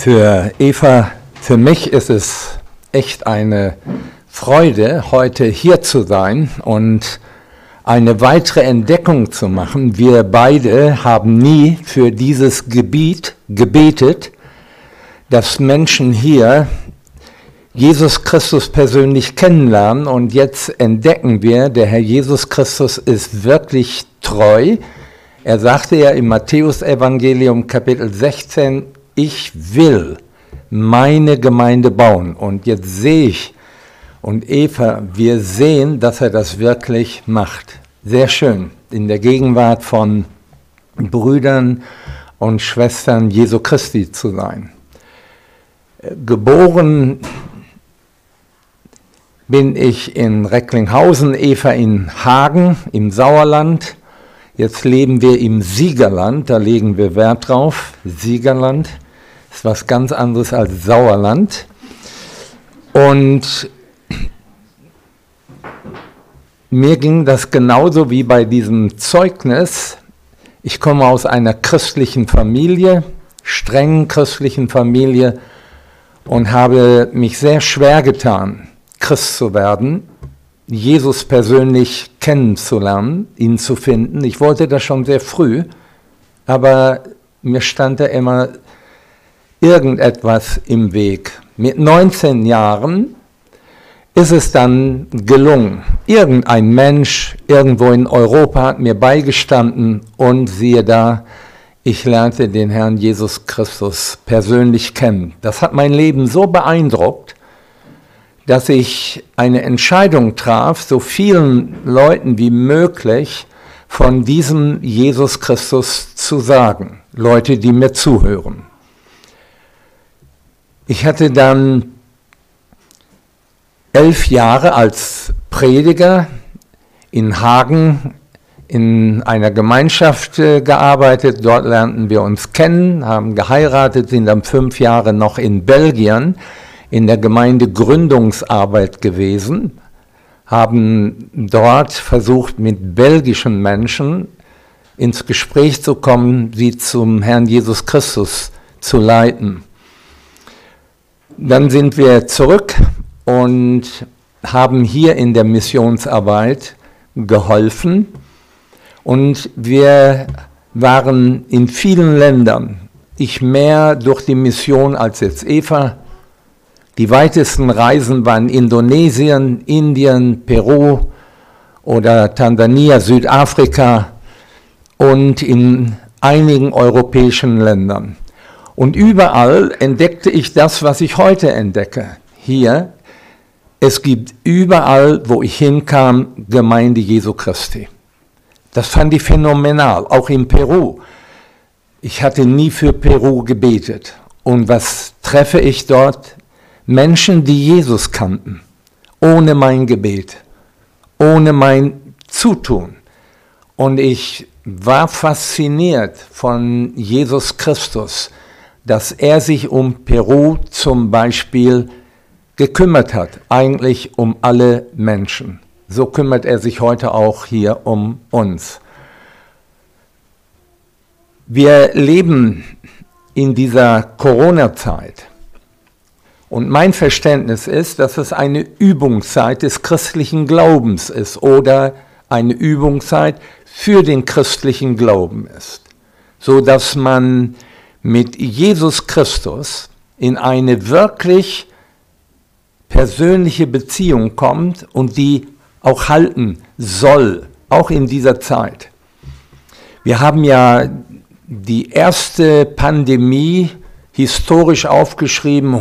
Für Eva, für mich ist es echt eine Freude, heute hier zu sein und eine weitere Entdeckung zu machen. Wir beide haben nie für dieses Gebiet gebetet, dass Menschen hier Jesus Christus persönlich kennenlernen, und jetzt entdecken wir, der Herr Jesus Christus ist wirklich treu. Er sagte ja im Matthäus-Evangelium Kapitel 16, ich will meine Gemeinde bauen. Und jetzt sehe ich und Eva, wir sehen, dass er das wirklich macht. Sehr schön, in der Gegenwart von Brüdern und Schwestern Jesu Christi zu sein. Geboren bin ich in Recklinghausen, Eva in Hagen im Sauerland. Jetzt leben wir im Siegerland, da legen wir Wert drauf. Siegerland ist was ganz anderes als Sauerland. Und mir ging das genauso wie bei diesem Zeugnis. Ich komme aus einer christlichen Familie, strengen christlichen Familie, und habe mich sehr schwer getan, Christ zu werden, Jesus persönlich kennenzulernen, ihn zu finden. Ich wollte das schon sehr früh, aber mir stand da immer irgendetwas im Weg. Mit 19 Jahren ist es dann gelungen. Irgendein Mensch irgendwo in Europa hat mir beigestanden, und siehe da, ich lernte den Herrn Jesus Christus persönlich kennen. Das hat mein Leben so beeindruckt, dass ich eine Entscheidung traf, so vielen Leuten wie möglich von diesem Jesus Christus zu sagen. Leute, die mir zuhören. Ich hatte dann 11 Jahre als Prediger in Hagen in einer Gemeinschaft gearbeitet. Dort lernten wir uns kennen, haben geheiratet, sind dann 5 Jahre noch in Belgien in der Gemeinde Gründungsarbeit gewesen, haben dort versucht, mit belgischen Menschen ins Gespräch zu kommen, sie zum Herrn Jesus Christus zu leiten. Dann sind wir zurück und haben hier in der Missionsarbeit geholfen, und wir waren in vielen Ländern, ich mehr durch die Mission als jetzt Eva. Die weitesten Reisen waren Indonesien, Indien, Peru oder Tansania, Südafrika und in einigen europäischen Ländern. Und überall entdeckte ich das, was ich heute entdecke. Hier, es gibt überall, wo ich hinkam, Gemeinde Jesu Christi. Das fand ich phänomenal, auch in Peru. Ich hatte nie für Peru gebetet. Und was treffe ich dort? Menschen, die Jesus kannten, ohne mein Gebet, ohne mein Zutun. Und ich war fasziniert von Jesus Christus, dass er sich um Peru zum Beispiel gekümmert hat, eigentlich um alle Menschen. So kümmert er sich heute auch hier um uns. Wir leben in dieser Corona-Zeit. Und mein Verständnis ist, dass es eine Übungszeit des christlichen Glaubens ist oder eine Übungszeit für den christlichen Glauben ist, so dass man mit Jesus Christus in eine wirklich persönliche Beziehung kommt und die auch halten soll, auch in dieser Zeit. Wir haben ja die erste Pandemie historisch aufgeschrieben,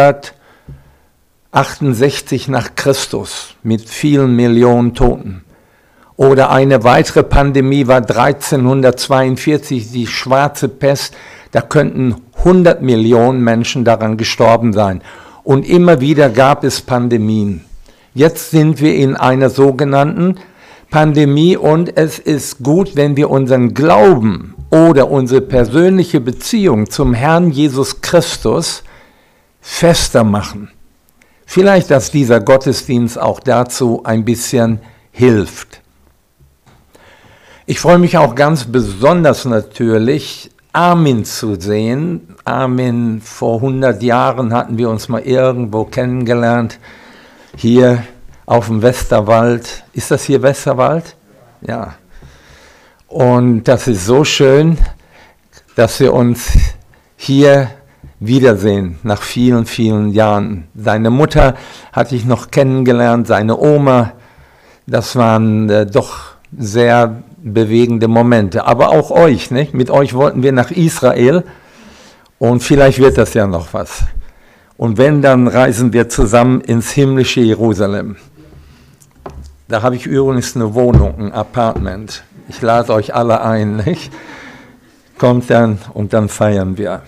168 nach Christus mit vielen Millionen Toten. Oder eine weitere Pandemie war 1342, die schwarze Pest. Da könnten 100 Millionen Menschen daran gestorben sein. Und immer wieder gab es Pandemien. Jetzt sind wir in einer sogenannten Pandemie, und es ist gut, wenn wir unseren Glauben oder unsere persönliche Beziehung zum Herrn Jesus Christus fester machen. Vielleicht, dass dieser Gottesdienst auch dazu ein bisschen hilft. Ich freue mich auch ganz besonders natürlich Armin zu sehen. Armin, vor 100 Jahren hatten wir uns mal irgendwo kennengelernt, hier auf dem Westerwald. Ist das hier Westerwald? Ja. Und das ist so schön, dass wir uns hier wiedersehen, nach vielen, vielen Jahren. Seine Mutter hatte ich noch kennengelernt, seine Oma. Das waren doch sehr bewegende Momente. Aber auch euch, nicht? Mit euch wollten wir nach Israel und vielleicht wird das ja noch was. Und wenn, dann reisen wir zusammen ins himmlische Jerusalem. Da habe ich übrigens eine Wohnung, ein Apartment. Ich lade euch alle ein, nicht? Kommt dann und dann feiern wir.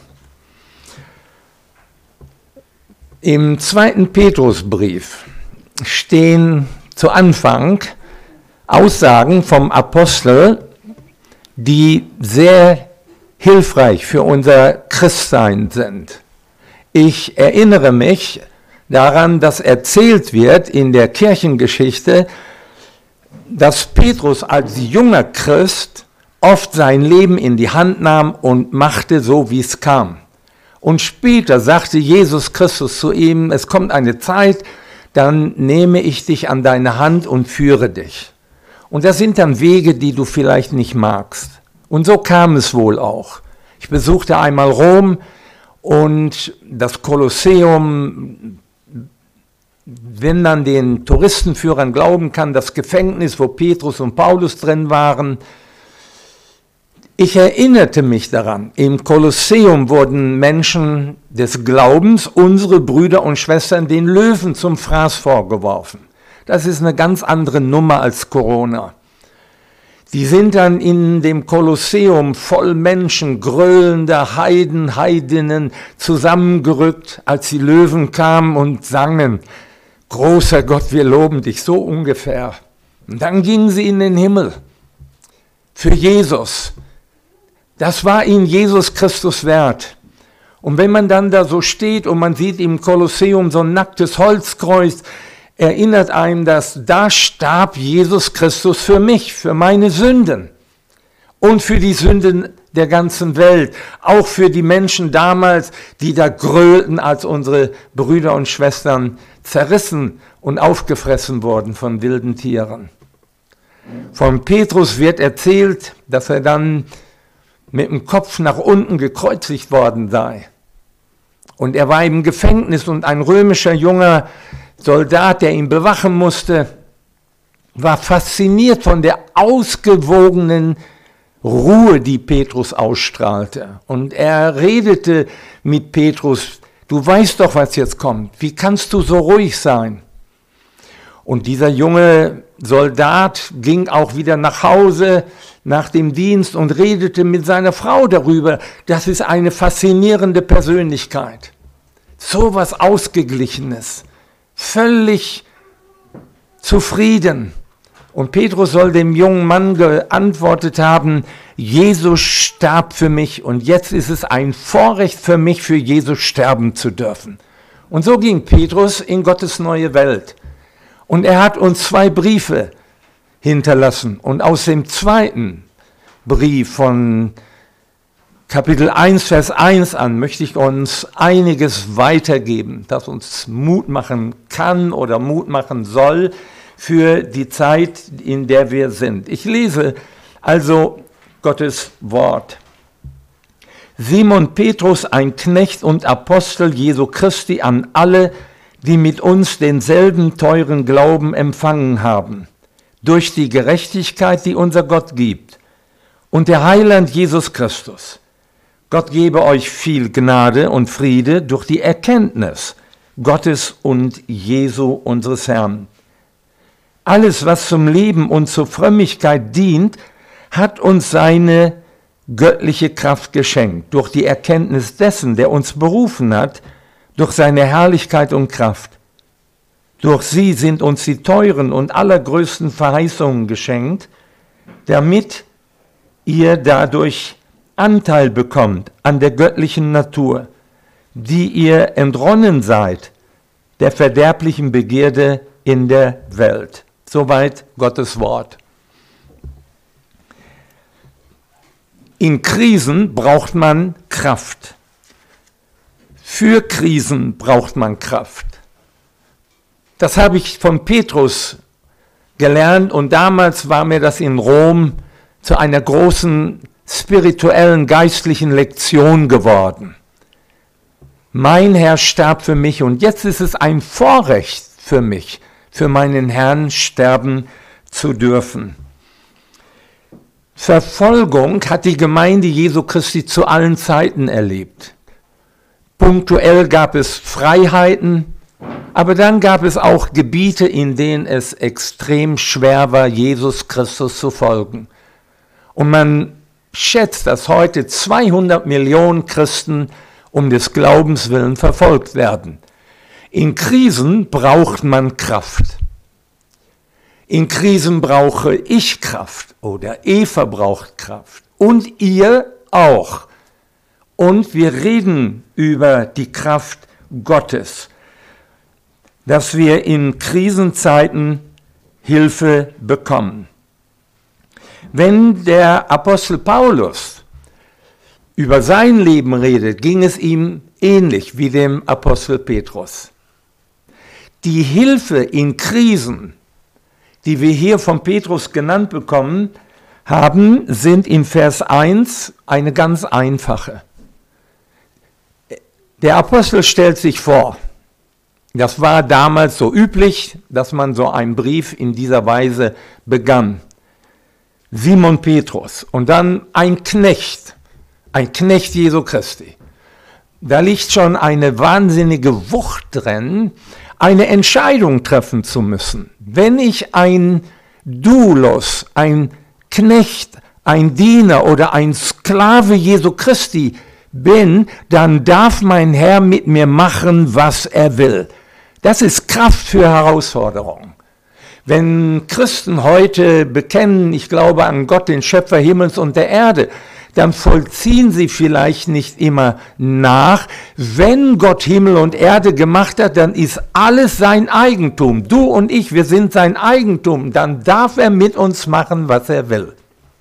Im 2. Petrusbrief stehen zu Anfang Aussagen vom Apostel, die sehr hilfreich für unser Christsein sind. Ich erinnere mich daran, dass erzählt wird in der Kirchengeschichte, dass Petrus als junger Christ oft sein Leben in die Hand nahm und machte so, wie es kam. Und später sagte Jesus Christus zu ihm, es kommt eine Zeit, dann nehme ich dich an deine Hand und führe dich. Und das sind dann Wege, die du vielleicht nicht magst. Und so kam es wohl auch. Ich besuchte einmal Rom und das Kolosseum, wenn man den Touristenführern glauben kann, das Gefängnis, wo Petrus und Paulus drin waren. Ich erinnerte mich daran, im Kolosseum wurden Menschen des Glaubens, unsere Brüder und Schwestern, den Löwen zum Fraß vorgeworfen. Das ist eine ganz andere Nummer als Corona. Die sind dann in dem Kolosseum voll Menschen, gröhlender Heiden, Heidinnen zusammengerückt, als die Löwen kamen und sangen, großer Gott, wir loben dich, so ungefähr. Und dann gingen sie in den Himmel für Jesus. Das war ihnen Jesus Christus wert. Und wenn man dann da so steht und man sieht im Kolosseum so ein nacktes Holzkreuz, erinnert einem, dass da starb Jesus Christus für mich, für meine Sünden und für die Sünden der ganzen Welt, auch für die Menschen damals, die da grölten, als unsere Brüder und Schwestern zerrissen und aufgefressen wurden von wilden Tieren. Von Petrus wird erzählt, dass er dann mit dem Kopf nach unten gekreuzigt worden sei. Und er war im Gefängnis und ein römischer junger Soldat, der ihn bewachen musste, war fasziniert von der ausgewogenen Ruhe, die Petrus ausstrahlte. Und er redete mit Petrus, du weißt doch, was jetzt kommt, wie kannst du so ruhig sein? Und dieser junge Soldat ging auch wieder nach Hause nach dem Dienst und redete mit seiner Frau darüber. Das ist eine faszinierende Persönlichkeit. So was Ausgeglichenes, völlig zufrieden. Und Petrus soll dem jungen Mann geantwortet haben, Jesus starb für mich und jetzt ist es ein Vorrecht für mich, für Jesus sterben zu dürfen. Und so ging Petrus in Gottes neue Welt. Und er hat uns 2 Briefe hinterlassen. Und aus dem 2. Brief von Kapitel 1, Vers 1 an möchte ich uns einiges weitergeben, das uns Mut machen kann oder Mut machen soll für die Zeit, in der wir sind. Ich lese also Gottes Wort. Simon Petrus, ein Knecht und Apostel Jesu Christi, an alle, die mit uns denselben teuren Glauben empfangen haben, durch die Gerechtigkeit, die unser Gott gibt, und der Heiland Jesus Christus. Gott gebe euch viel Gnade und Friede durch die Erkenntnis Gottes und Jesu unseres Herrn. Alles, was zum Leben und zur Frömmigkeit dient, hat uns seine göttliche Kraft geschenkt, durch die Erkenntnis dessen, der uns berufen hat, durch seine Herrlichkeit und Kraft. Durch sie sind uns die teuren und allergrößten Verheißungen geschenkt, damit ihr dadurch Anteil bekommt an der göttlichen Natur, die ihr entronnen seid, der verderblichen Begierde in der Welt. Soweit Gottes Wort. In Krisen braucht man Kraft. Für Krisen braucht man Kraft. Das habe ich von Petrus gelernt und damals war mir das in Rom zu einer großen spirituellen, geistlichen Lektion geworden. Mein Herr starb für mich und jetzt ist es ein Vorrecht für mich, für meinen Herrn sterben zu dürfen. Verfolgung hat die Gemeinde Jesu Christi zu allen Zeiten erlebt. Punktuell gab es Freiheiten, aber dann gab es auch Gebiete, in denen es extrem schwer war, Jesus Christus zu folgen. Und man schätzt, dass heute 200 Millionen Christen um des Glaubens willen verfolgt werden. In Krisen braucht man Kraft. In Krisen brauche ich Kraft oder Eva braucht Kraft und ihr auch. Und wir reden über die Kraft Gottes, dass wir in Krisenzeiten Hilfe bekommen. Wenn der Apostel Paulus über sein Leben redet, ging es ihm ähnlich wie dem Apostel Petrus. Die Hilfe in Krisen, die wir hier von Petrus genannt bekommen haben, sind in Vers 1 eine ganz einfache. Der Apostel stellt sich vor, das war damals so üblich, dass man so einen Brief in dieser Weise begann. Simon Petrus und dann ein Knecht Jesu Christi. Da liegt schon eine wahnsinnige Wucht drin, eine Entscheidung treffen zu müssen. Wenn ich ein Doulos, ein Knecht, ein Diener oder ein Sklave Jesu Christi bin, dann darf mein Herr mit mir machen, was er will. Das ist Kraft für Herausforderungen. Wenn Christen heute bekennen, ich glaube an Gott, den Schöpfer Himmels und der Erde, dann vollziehen sie vielleicht nicht immer nach. Wenn Gott Himmel und Erde gemacht hat, dann ist alles sein Eigentum. Du und ich, wir sind sein Eigentum. Dann darf er mit uns machen, was er will.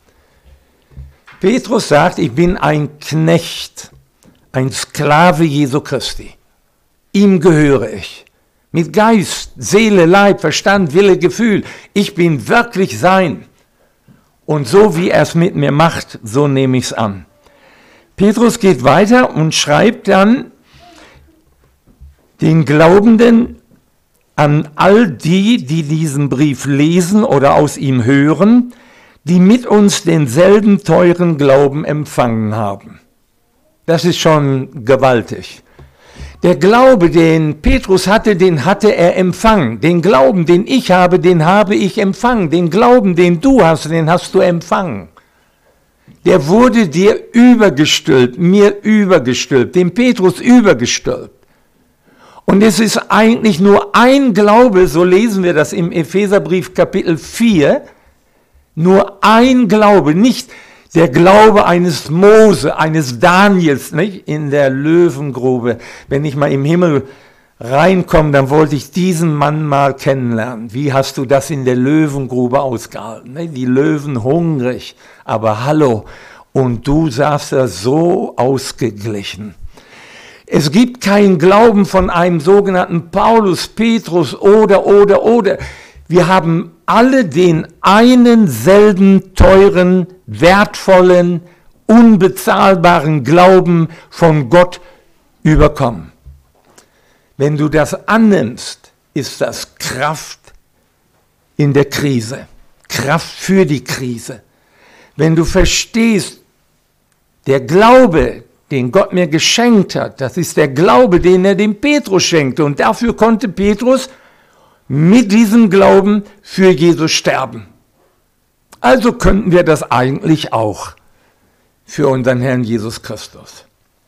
Petrus sagt, ich bin ein Knecht, ein Sklave Jesu Christi. Ihm gehöre ich. Mit Geist, Seele, Leib, Verstand, Wille, Gefühl. Ich bin wirklich sein. Und so wie er es mit mir macht, so nehme ich es an. Petrus geht weiter und schreibt dann den Glaubenden an all die, die diesen Brief lesen oder aus ihm hören, die mit uns denselben teuren Glauben empfangen haben. Das ist schon gewaltig. Der Glaube, den Petrus hatte, den hatte er empfangen. Den Glauben, den ich habe, den habe ich empfangen. Den Glauben, den du hast, den hast du empfangen. Der wurde dir übergestülpt, mir übergestülpt, dem Petrus übergestülpt. Und es ist eigentlich nur ein Glaube, so lesen wir das im Epheserbrief Kapitel 4, nur ein Glaube, nicht der Glaube eines Mose, eines Daniels, nicht? In der Löwengrube. Wenn ich mal im Himmel reinkomme, dann wollte ich diesen Mann mal kennenlernen. Wie hast du das in der Löwengrube ausgehalten? Nicht? Die Löwen hungrig, aber hallo. Und du saßt da so ausgeglichen. Es gibt keinen Glauben von einem sogenannten Paulus, Petrus oder. Wir haben alle den einen selben teuren, wertvollen, unbezahlbaren Glauben von Gott überkommen. Wenn du das annimmst, ist das Kraft in der Krise, Kraft für die Krise. Wenn du verstehst, der Glaube, den Gott mir geschenkt hat, das ist der Glaube, den er dem Petrus schenkte. Und dafür konnte Petrus mit diesem Glauben für Jesus sterben. Also könnten wir das eigentlich auch für unseren Herrn Jesus Christus.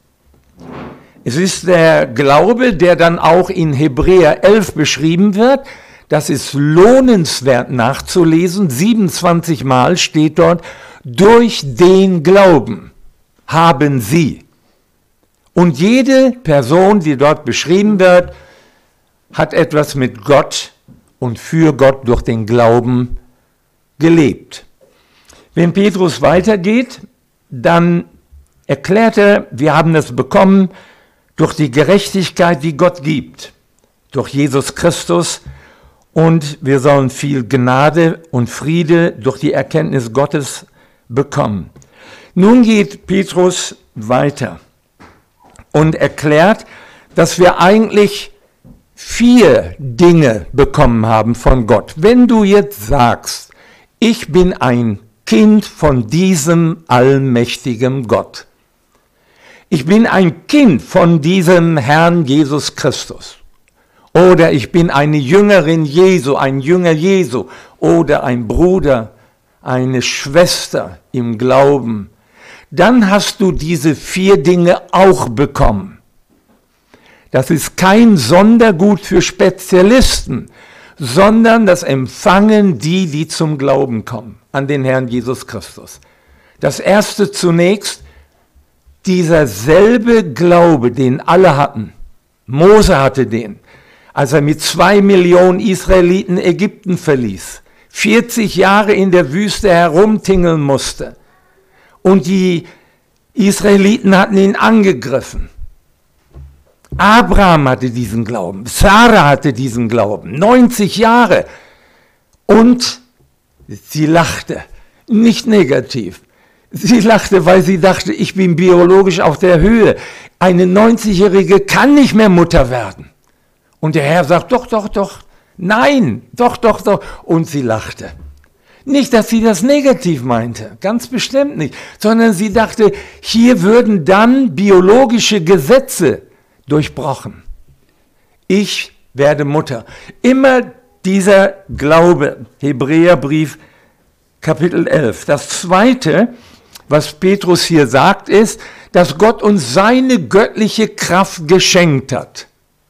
Es ist der Glaube, der dann auch in Hebräer 11 beschrieben wird. Das ist lohnenswert nachzulesen. 27 Mal steht dort, durch den Glauben haben sie. Und jede Person, die dort beschrieben wird, hat etwas mit Gott und für Gott durch den Glauben gelebt. Wenn Petrus weitergeht, dann erklärt er, wir haben es bekommen durch die Gerechtigkeit, die Gott gibt, durch Jesus Christus, und wir sollen viel Gnade und Friede durch die Erkenntnis Gottes bekommen. Nun geht Petrus weiter und erklärt, dass wir eigentlich 4 Dinge bekommen haben von Gott. Wenn du jetzt sagst, ich bin ein Kind von diesem allmächtigen Gott. Ich bin ein Kind von diesem Herrn Jesus Christus. Oder ich bin eine Jüngerin Jesu, ein Jünger Jesu. Oder ein Bruder, eine Schwester im Glauben. Dann hast du diese 4 Dinge auch bekommen. Das ist kein Sondergut für Spezialisten, sondern das empfangen die, die zum Glauben kommen, an den Herrn Jesus Christus. Das erste zunächst, dieser selbe Glaube, den alle hatten. Mose hatte den, als er mit 2 Millionen Israeliten Ägypten verließ, 40 Jahre in der Wüste herumtingeln musste. Und die Israeliten hatten ihn angegriffen. Abraham hatte diesen Glauben, Sarah hatte diesen Glauben, 90 Jahre. Und sie lachte, nicht negativ. Sie lachte, weil sie dachte, ich bin biologisch auf der Höhe. Eine 90-Jährige kann nicht mehr Mutter werden. Und der Herr sagt, doch, nein, doch. Und sie lachte. Nicht, dass sie das negativ meinte, ganz bestimmt nicht, sondern sie dachte, hier würden dann biologische Gesetze durchbrochen. Ich werde Mutter. Immer dieser Glaube, Hebräerbrief, Kapitel 11. Das Zweite, was Petrus hier sagt, ist, dass Gott uns seine göttliche Kraft geschenkt hat.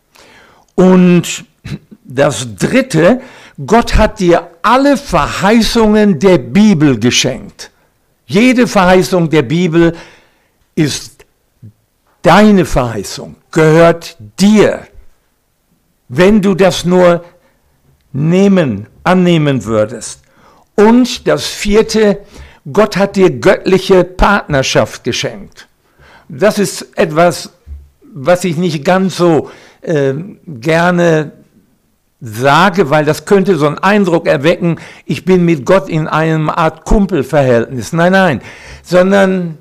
Und das Dritte, Gott hat dir alle Verheißungen der Bibel geschenkt. Jede Verheißung der Bibel ist deine Verheißung, gehört dir. Wenn du das nur annehmen würdest. Und das Vierte, Gott hat dir göttliche Partnerschaft geschenkt. Das ist etwas, was ich nicht ganz so gerne sage, weil das könnte so einen Eindruck erwecken, ich bin mit Gott in einem Art Kumpelverhältnis. Nein, sondern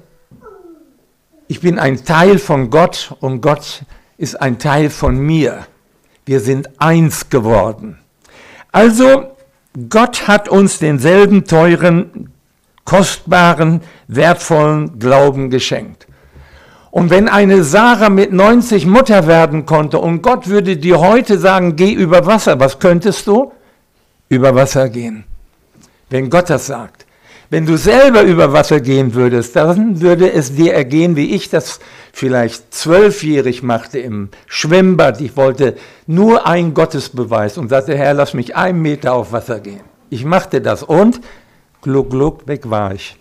ich bin ein Teil von Gott und Gott ist ein Teil von mir. Wir sind eins geworden. Also, Gott hat uns denselben teuren, kostbaren, wertvollen Glauben geschenkt. Und wenn eine Sarah mit 90 Mutter werden konnte und Gott würde dir heute sagen, geh über Wasser, was könntest du? Über Wasser gehen. Wenn Gott das sagt. Wenn du selber über Wasser gehen würdest, dann würde es dir ergehen, wie ich das vielleicht 12-jährig machte im Schwimmbad. Ich wollte nur einen Gottesbeweis und sagte, Herr, lass mich 1 Meter auf Wasser gehen. Ich machte das und gluck, weg war ich.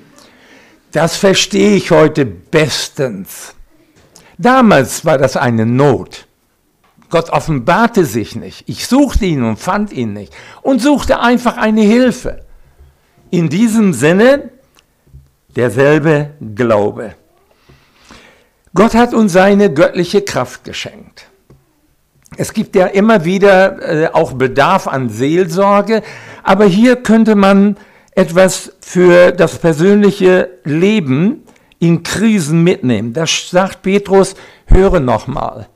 Das verstehe ich heute bestens. Damals war das eine Not. Gott offenbarte sich nicht. Ich suchte ihn und fand ihn nicht und suchte einfach eine Hilfe. In diesem Sinne derselbe Glaube. Gott hat uns seine göttliche Kraft geschenkt. Es gibt ja immer wieder auch Bedarf an Seelsorge, aber hier könnte man etwas für das persönliche Leben in Krisen mitnehmen. Da sagt Petrus, höre nochmal.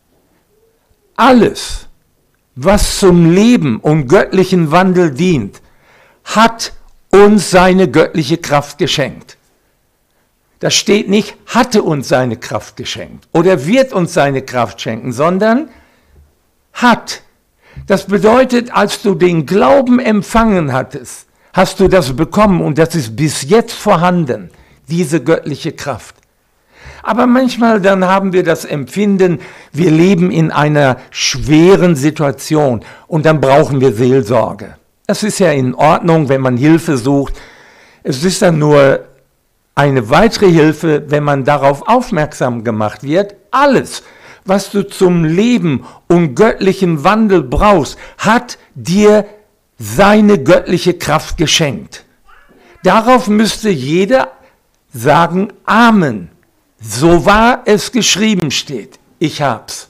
Alles, was zum Leben und göttlichen Wandel dient, hat uns seine göttliche Kraft geschenkt. Da steht nicht, hatte uns seine Kraft geschenkt oder wird uns seine Kraft schenken, sondern hat. Das bedeutet, als du den Glauben empfangen hattest, hast du das bekommen und das ist bis jetzt vorhanden, diese göttliche Kraft. Aber manchmal dann haben wir das Empfinden, wir leben in einer schweren Situation und dann brauchen wir Seelsorge. Es ist ja in Ordnung, wenn man Hilfe sucht. Es ist dann nur eine weitere Hilfe, wenn man darauf aufmerksam gemacht wird. Alles, was du zum Leben und göttlichen Wandel brauchst, hat dir seine göttliche Kraft geschenkt. Darauf müsste jeder sagen Amen. So wahr es geschrieben steht. Ich hab's.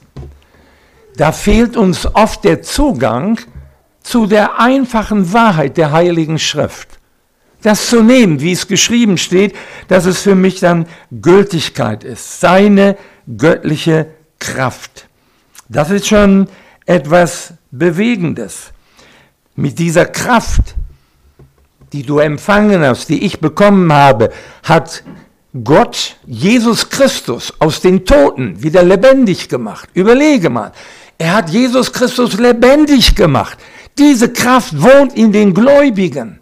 Da fehlt uns oft der Zugang zu der einfachen Wahrheit der Heiligen Schrift. Das zu nehmen, wie es geschrieben steht, dass es für mich dann Gültigkeit ist. Seine göttliche Kraft. Das ist schon etwas Bewegendes. Mit dieser Kraft, die du empfangen hast, die ich bekommen habe, hat Gott Jesus Christus aus den Toten wieder lebendig gemacht. Überlege mal, er hat Jesus Christus lebendig gemacht. Diese Kraft wohnt in den Gläubigen.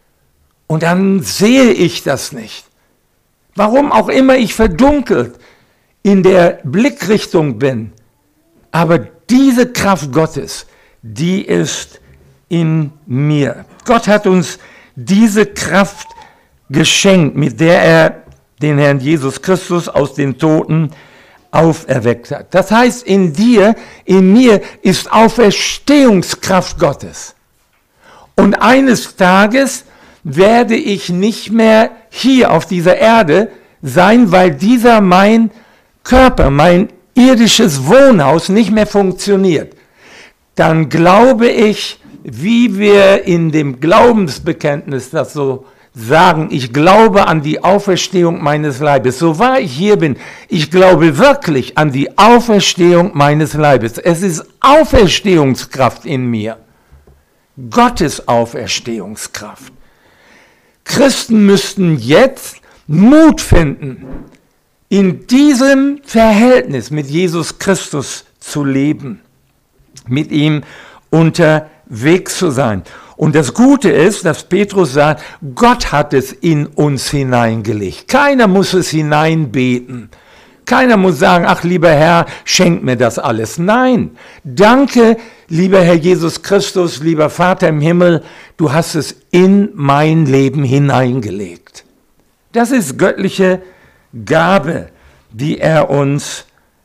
Und dann sehe ich das nicht. Warum auch immer ich verdunkelt in der Blickrichtung bin. Aber diese Kraft Gottes, die ist in mir. Gott hat uns diese Kraft geschenkt, mit der er den Herrn Jesus Christus aus den Toten auferweckt hat. Das heißt, in dir, in mir ist Auferstehungskraft Gottes. Und eines Tages werde ich nicht mehr hier auf dieser Erde sein, weil dieser mein Körper, mein irdisches Wohnhaus nicht mehr funktioniert. Dann glaube ich, wie wir in dem Glaubensbekenntnis das so sagen, ich glaube an die Auferstehung meines Leibes. So wahr ich hier bin, ich glaube wirklich an die Auferstehung meines Leibes. Es ist Auferstehungskraft in mir. Gottes Auferstehungskraft. Christen müssten jetzt Mut finden, in diesem Verhältnis mit Jesus Christus zu leben, mit ihm unterwegs zu sein. Und das Gute ist, dass Petrus sagt, Gott hat es in uns hineingelegt. Keiner muss es hineinbeten. Keiner muss sagen, ach lieber Herr, schenk mir das alles. Nein, danke, lieber Herr Jesus Christus, lieber Vater im Himmel, du hast es in mein Leben hineingelegt. Das ist göttliche Gabe, die er uns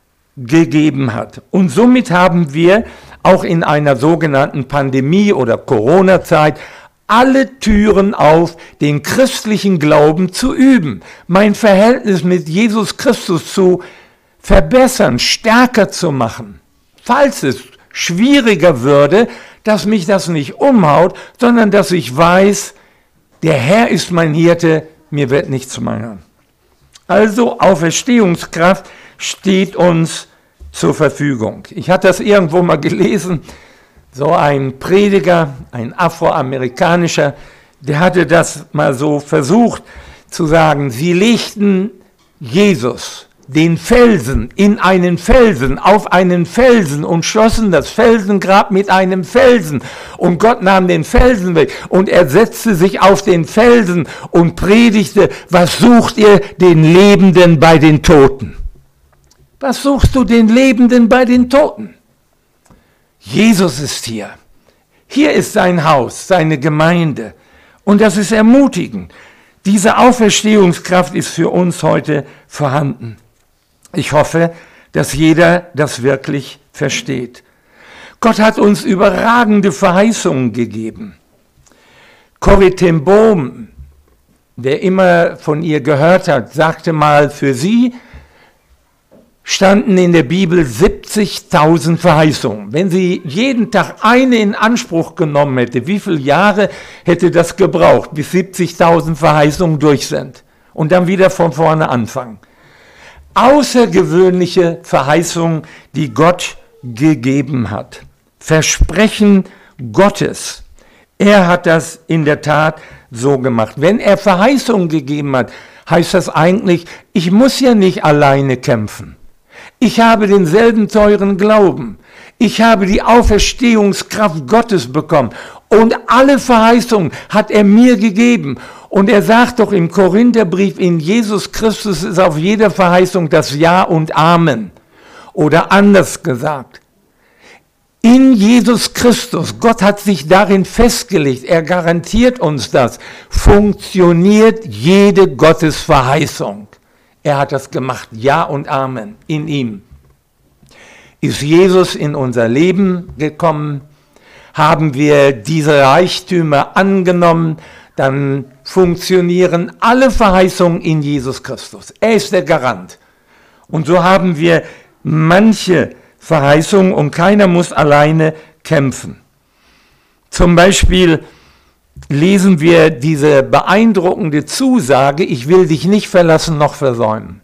gegeben hat. Und somit haben wir auch in einer sogenannten Pandemie- oder Corona-Zeit alle Türen auf, den christlichen Glauben zu üben, mein Verhältnis mit Jesus Christus zu verbessern, stärker zu machen. Falls es schwieriger würde, dass mich das nicht umhaut, sondern dass ich weiß, der Herr ist mein Hirte, mir wird nichts mangeln. Also Auferstehungskraft steht uns zur Verfügung. Ich hatte das irgendwo mal gelesen, so ein Prediger, ein afroamerikanischer, der hatte das mal so versucht zu sagen, sie legten Jesus, den Felsen, in einen Felsen, auf einen Felsen und schlossen das Felsengrab mit einem Felsen. Und Gott nahm den Felsen weg und er setzte sich auf den Felsen und predigte, was sucht ihr den Lebenden bei den Toten? Was suchst du den Lebenden bei den Toten? Jesus ist hier. Hier ist sein Haus, seine Gemeinde. Und das ist ermutigend. Diese Auferstehungskraft ist für uns heute vorhanden. Ich hoffe, dass jeder das wirklich versteht. Gott hat uns überragende Verheißungen gegeben. Corrie ten Boom, wer immer von ihr gehört hat, sagte mal, für sie standen in der Bibel 70.000 Verheißungen. Wenn sie jeden Tag eine in Anspruch genommen hätte, wie viele Jahre hätte das gebraucht, bis 70.000 Verheißungen durch sind? Und dann wieder von vorne anfangen. Außergewöhnliche Verheißungen, die Gott gegeben hat. Versprechen Gottes. Er hat das in der Tat so gemacht. Wenn er Verheißungen gegeben hat, heißt das eigentlich, ich muss ja nicht alleine kämpfen. Ich habe denselben teuren Glauben. Ich habe die Auferstehungskraft Gottes bekommen. Und alle Verheißungen hat er mir gegeben. Und er sagt doch im Korintherbrief, in Jesus Christus ist auf jeder Verheißung das Ja und Amen. Oder anders gesagt, in Jesus Christus, Gott hat sich darin festgelegt, er garantiert uns das, funktioniert jede Gottesverheißung. Er hat das gemacht, Ja und Amen, in ihm. Ist Jesus in unser Leben gekommen, haben wir diese Reichtümer angenommen, dann funktionieren alle Verheißungen in Jesus Christus. Er ist der Garant. Und so haben wir manche Verheißungen und keiner muss alleine kämpfen. Zum Beispiel lesen wir diese beeindruckende Zusage, ich will dich nicht verlassen noch versäumen.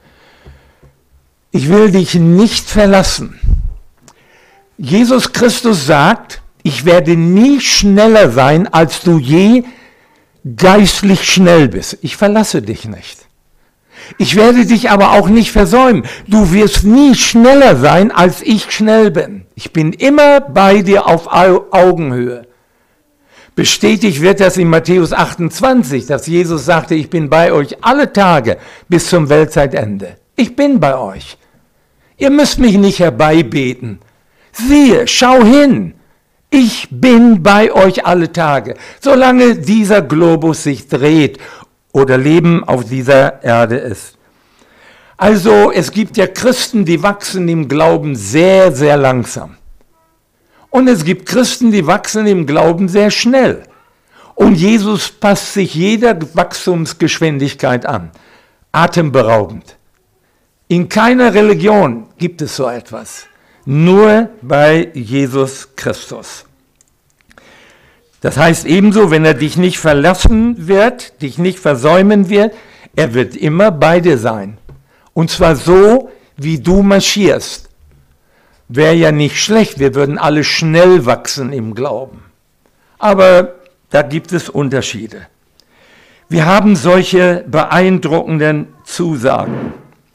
Ich will dich nicht verlassen. Jesus Christus sagt, ich werde nie schneller sein, als du je geistlich schnell bist. Ich verlasse dich nicht. Ich werde dich aber auch nicht versäumen. Du wirst nie schneller sein, als ich schnell bin. Ich bin immer bei dir auf Augenhöhe. Bestätigt wird das in Matthäus 28, dass Jesus sagte, ich bin bei euch alle Tage bis zum Weltzeitende. Ich bin bei euch. Ihr müsst mich nicht herbeibeten. Siehe, schau hin. Ich bin bei euch alle Tage, solange dieser Globus sich dreht oder Leben auf dieser Erde ist. Also es gibt ja Christen, die wachsen im Glauben sehr, sehr langsam. Und es gibt Christen, die wachsen im Glauben sehr schnell. Und Jesus passt sich jeder Wachstumsgeschwindigkeit an. Atemberaubend. In keiner Religion gibt es so etwas. Nur bei Jesus Christus. Das heißt ebenso, wenn er dich nicht verlassen wird, dich nicht versäumen wird, er wird immer bei dir sein. Und zwar so, wie du marschierst. Wäre ja nicht schlecht, wir würden alle schnell wachsen im Glauben. Aber da gibt es Unterschiede. Wir haben solche beeindruckenden Zusagen.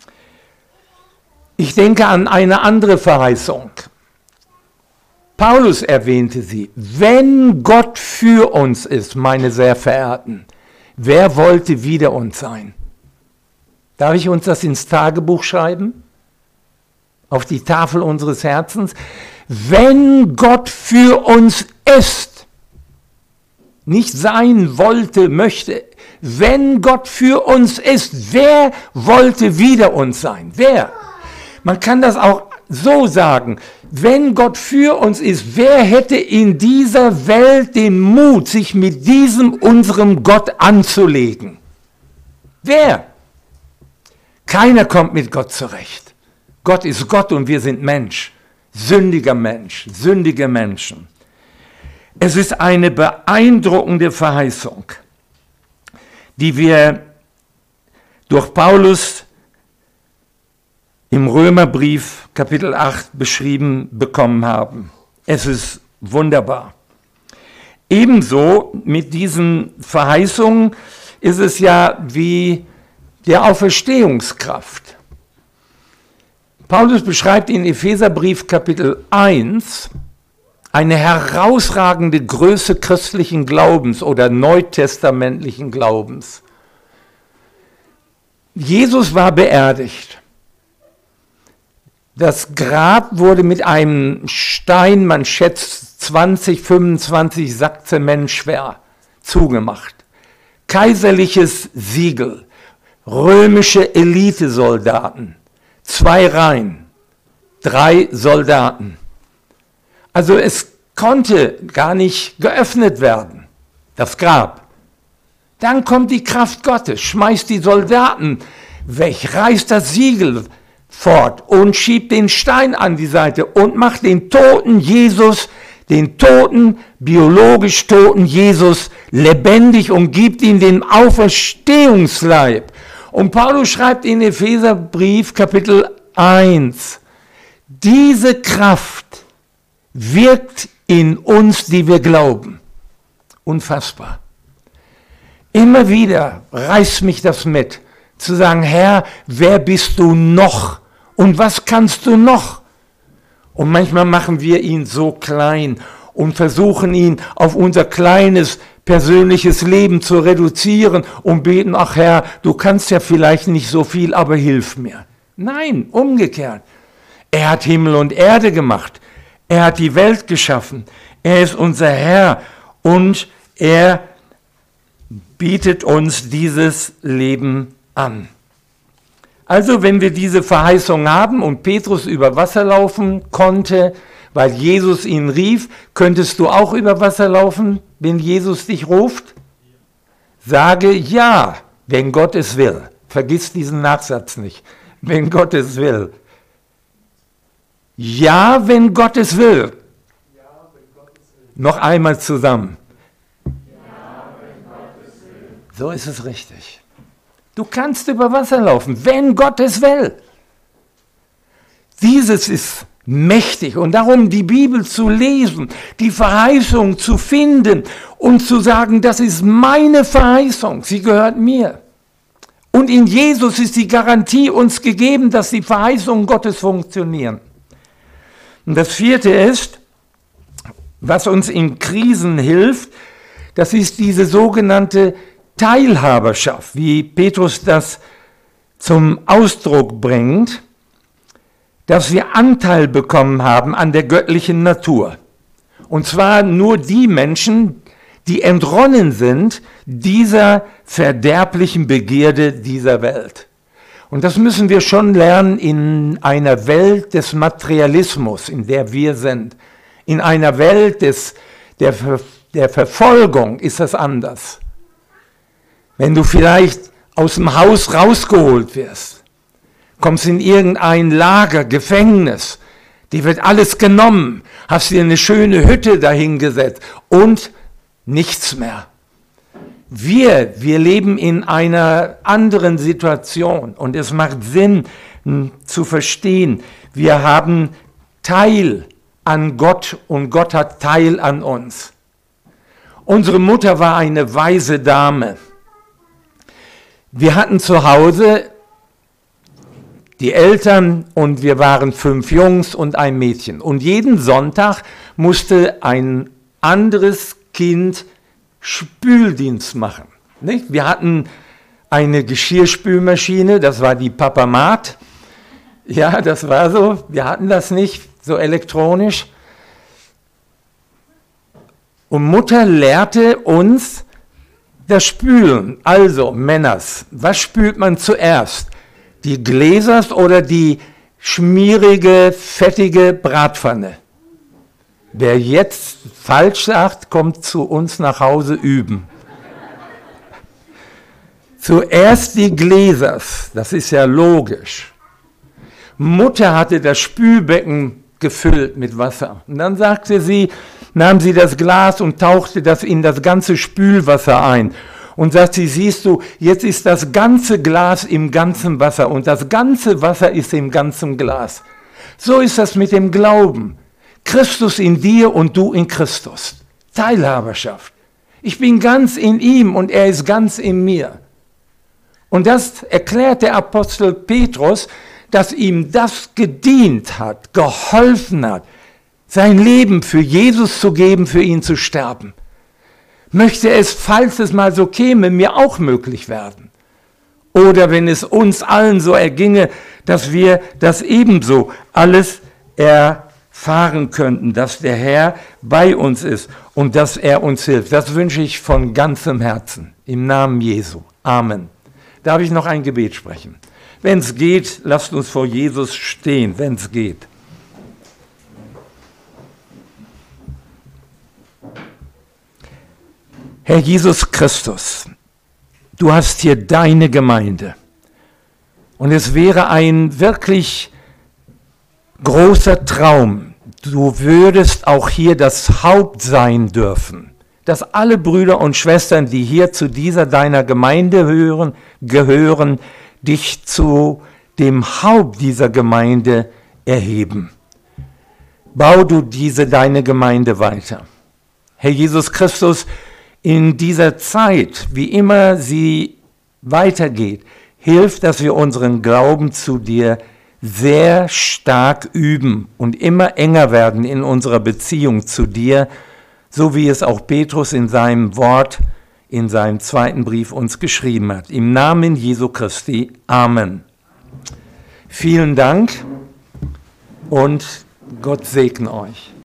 Ich denke an eine andere Verheißung. Paulus erwähnte sie. Wenn Gott für uns ist, meine sehr Verehrten, wer wollte wider uns sein? Darf ich uns das ins Tagebuch schreiben? Auf die Tafel unseres Herzens? Wenn Gott für uns ist, nicht sein wollte, möchte, wenn Gott für uns ist, wer wollte wider uns sein? Wer? Man kann das auch so sagen, wenn Gott für uns ist, wer hätte in dieser Welt den Mut, sich mit diesem unserem Gott anzulegen? Wer? Keiner kommt mit Gott zurecht. Gott ist Gott und wir sind Mensch, sündige Menschen. Es ist eine beeindruckende Verheißung, die wir durch Paulus im Römerbrief Kapitel 8 beschrieben bekommen haben. Es ist wunderbar. Ebenso mit diesen Verheißungen ist es ja wie der Auferstehungskraft. Paulus beschreibt in Epheserbrief Kapitel 1 eine herausragende Größe christlichen Glaubens oder neutestamentlichen Glaubens. Jesus war beerdigt. Das Grab wurde mit einem Stein, man schätzt 20, 25 Sack Zement schwer, zugemacht. Kaiserliches Siegel, römische Elitesoldaten, 2 Reihen, 3 Soldaten. Also es konnte gar nicht geöffnet werden, das Grab. Dann kommt die Kraft Gottes, schmeißt die Soldaten weg, reißt das Siegel fort und schiebt den Stein an die Seite und macht den toten Jesus, den toten, biologisch toten Jesus lebendig und gibt ihm den Auferstehungsleib. Und Paulus schreibt in Epheserbrief Kapitel 1, diese Kraft wirkt in uns, die wir glauben. Unfassbar. Immer wieder reißt mich das mit, zu sagen, Herr, wer bist du noch? Und was kannst du noch? Und manchmal machen wir ihn so klein und versuchen ihn auf unser kleines persönliches Leben zu reduzieren und beten, ach Herr, du kannst ja vielleicht nicht so viel, aber hilf mir. Nein, umgekehrt. Er hat Himmel und Erde gemacht. Er hat die Welt geschaffen. Er ist unser Herr und er bietet uns dieses Leben an. Also wenn wir diese Verheißung haben und Petrus über Wasser laufen konnte, weil Jesus ihn rief, könntest du auch über Wasser laufen, wenn Jesus dich ruft? Sage ja, wenn Gott es will. Vergiss diesen Nachsatz nicht. Wenn Gott es will. Ja, wenn Gott es will. Noch einmal zusammen. So ist es richtig. Du kannst über Wasser laufen, wenn Gott es will. Dieses ist mächtig und darum die Bibel zu lesen, die Verheißung zu finden und zu sagen, das ist meine Verheißung, sie gehört mir. Und in Jesus ist die Garantie uns gegeben, dass die Verheißungen Gottes funktionieren. Und das vierte ist, was uns in Krisen hilft, das ist diese sogenannte Teilhaberschaft, wie Petrus das zum Ausdruck bringt, dass wir Anteil bekommen haben an der göttlichen Natur. Und zwar nur die Menschen, die entronnen sind dieser verderblichen Begierde dieser Welt. Und das müssen wir schon lernen in einer Welt des Materialismus, in der wir sind. In einer Welt der Verfolgung ist das anders. Wenn du vielleicht aus dem Haus rausgeholt wirst, kommst in irgendein Lager, Gefängnis, dir wird alles genommen, hast dir eine schöne Hütte dahingesetzt und nichts mehr. Wir leben in einer anderen Situation und es macht Sinn zu verstehen, wir haben Teil an Gott und Gott hat Teil an uns. Unsere Mutter war eine weise Dame. Wir hatten zu Hause die Eltern und wir waren 5 Jungs und ein Mädchen. Und jeden Sonntag musste ein anderes Kind Spüldienst machen. Nicht? Wir hatten eine Geschirrspülmaschine, das war die Papamat. Ja, das war so. Wir hatten das nicht so elektronisch. Und Mutter lehrte uns das Spülen. Also, Männers, was spült man zuerst? Die Gläsers oder die schmierige, fettige Bratpfanne? Wer jetzt falsch sagt, kommt zu uns nach Hause üben. Zuerst die Gläsers, das ist ja logisch. Mutter hatte das Spülbecken gefüllt mit Wasser. Und dann sagte sie, nahm sie das Glas und tauchte das in das ganze Spülwasser ein. Und sagt sie, siehst du, jetzt ist das ganze Glas im ganzen Wasser und das ganze Wasser ist im ganzen Glas. So ist das mit dem Glauben. Christus in dir und du in Christus. Teilhaberschaft. Ich bin ganz in ihm und er ist ganz in mir. Und das erklärt der Apostel Petrus, dass ihm das gedient hat, geholfen hat, sein Leben für Jesus zu geben, für ihn zu sterben. Möchte es, falls es mal so käme, mir auch möglich werden. Oder wenn es uns allen so erginge, dass wir das ebenso alles erfahren könnten, dass der Herr bei uns ist und dass er uns hilft. Das wünsche ich von ganzem Herzen. Im Namen Jesu. Amen. Darf ich noch ein Gebet sprechen? Wenn es geht, lasst uns vor Jesus stehen, wenn es geht. Herr Jesus Christus, du hast hier deine Gemeinde und es wäre ein wirklich großer Traum, du würdest auch hier das Haupt sein dürfen, dass alle Brüder und Schwestern, die hier zu dieser deiner Gemeinde gehören, dich zu dem Haupt dieser Gemeinde erheben. Bau du deine Gemeinde weiter. Herr Jesus Christus, in dieser Zeit, wie immer sie weitergeht, hilf, dass wir unseren Glauben zu dir sehr stark üben und immer enger werden in unserer Beziehung zu dir, so wie es auch Petrus in seinem Wort, in seinem 2. Brief uns geschrieben hat. Im Namen Jesu Christi. Amen. Vielen Dank und Gott segne euch.